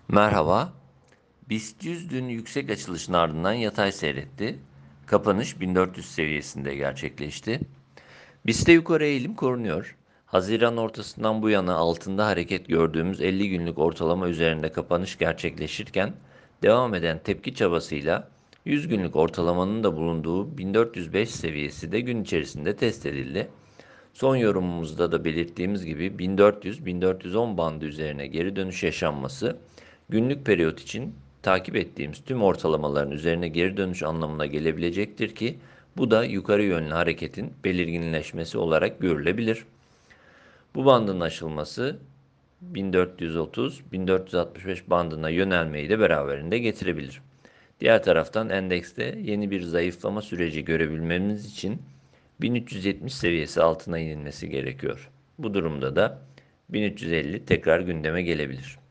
Merhaba. BIST 100 dün yüksek açılışın ardından yatay seyretti. Kapanış 1400 seviyesinde gerçekleşti. BIST'te yukarı eğilim korunuyor. Haziran ortasından bu yana altında hareket gördüğümüz 50 günlük ortalama üzerinde kapanış gerçekleşirken devam eden tepki çabasıyla 100 günlük ortalamanın da bulunduğu 1405 seviyesi de gün içerisinde test edildi. Son yorumumuzda da belirttiğimiz gibi 1400-1410 bandı üzerine geri dönüş yaşanması günlük periyot için takip ettiğimiz tüm ortalamaların üzerine geri dönüş anlamına gelebilecektir ki bu da yukarı yönlü hareketin belirginleşmesi olarak görülebilir. Bu bandın aşılması 1430-1465 bandına yönelmeyi de beraberinde getirebilir. Diğer taraftan endekste yeni bir zayıflama süreci görebilmemiz için 1370 seviyesi altına inilmesi gerekiyor. Bu durumda da 1350 tekrar gündeme gelebilir.